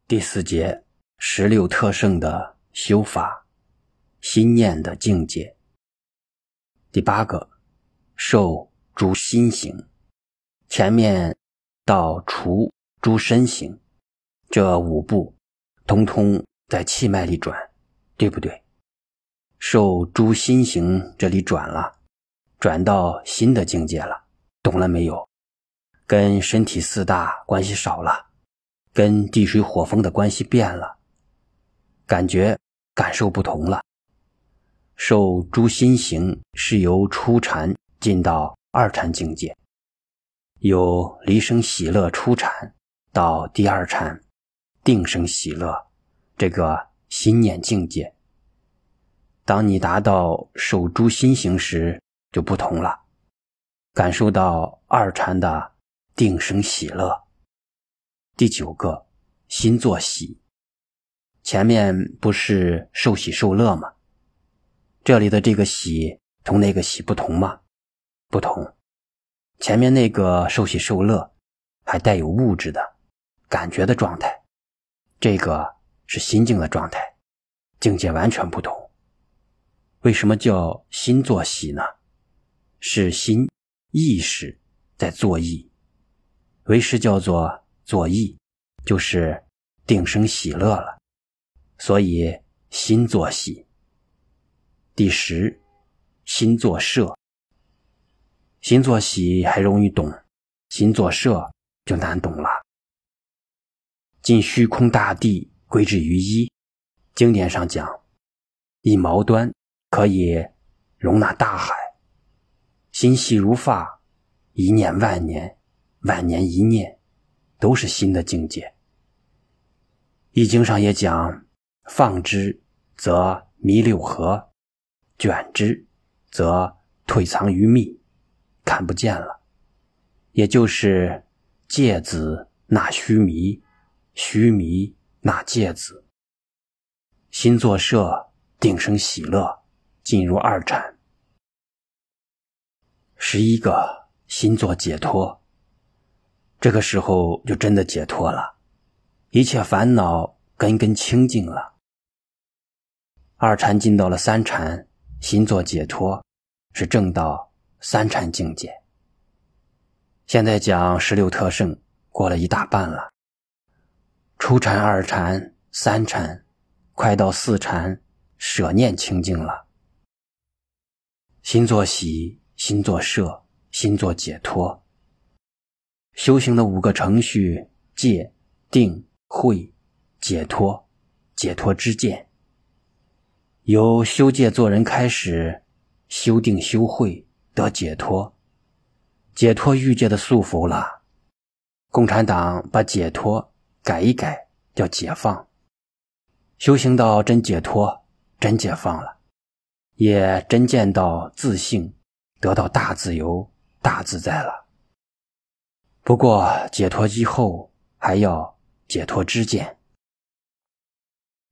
第4节16特胜的修法，心念的境界。第8个，受诸心行。前面到除诸身行，这5步通通在气脉里转，对不对？受诸心行这里转了，转到心的境界了，懂了没有？跟身体4大关系少了，跟地水火风的关系变了，感受不同了。受诸心行是由初禅进到2禅境界，由离生喜乐初禅到第2禅定生喜乐这个心念境界。当你达到受诸心行时就不同了，感受到2禅的定生喜乐。第9个，心作喜。前面不是受喜受乐吗？这里的这个喜同那个喜不同吗？不同。前面那个受喜受乐还带有物质的感觉的状态，这个是心境的状态，境界完全不同。为什么叫心作喜呢？是心意识在作意，为师叫做作意，就是定生喜乐了，所以心作喜。第10，心作摄。心作喜还容易懂，心作摄就难懂了。尽虚空大地归之于一，经典上讲，一毛端可以容纳大海，心细如发，一念万年，万年一念，都是心的境界。易经上也讲，放之则弥六合，卷之则退藏于密，看不见了，也就是芥子纳须弥，须弥纳芥子。心作摄，定生喜乐，进入2禅。11个，心作解脱。这个时候就真的解脱了，一切烦恼根清净了。2禅进到了3禅，心作解脱，是证到3禅境界。现在讲16特胜，过了1大半了。初禅、2禅、3禅，快到4禅，舍念清净了。心作喜，心作摄，心作解脱。修行的5个程序，戒、定、慧、解脱，解脱之见。由修戒做人开始，修定修慧得解脱，解脱欲界的束缚了。共产党把解脱改一改，叫解放。修行到真解脱，真解放了，也真见到自性，得到大自由、大自在了。不过解脱以后还要解脱之见。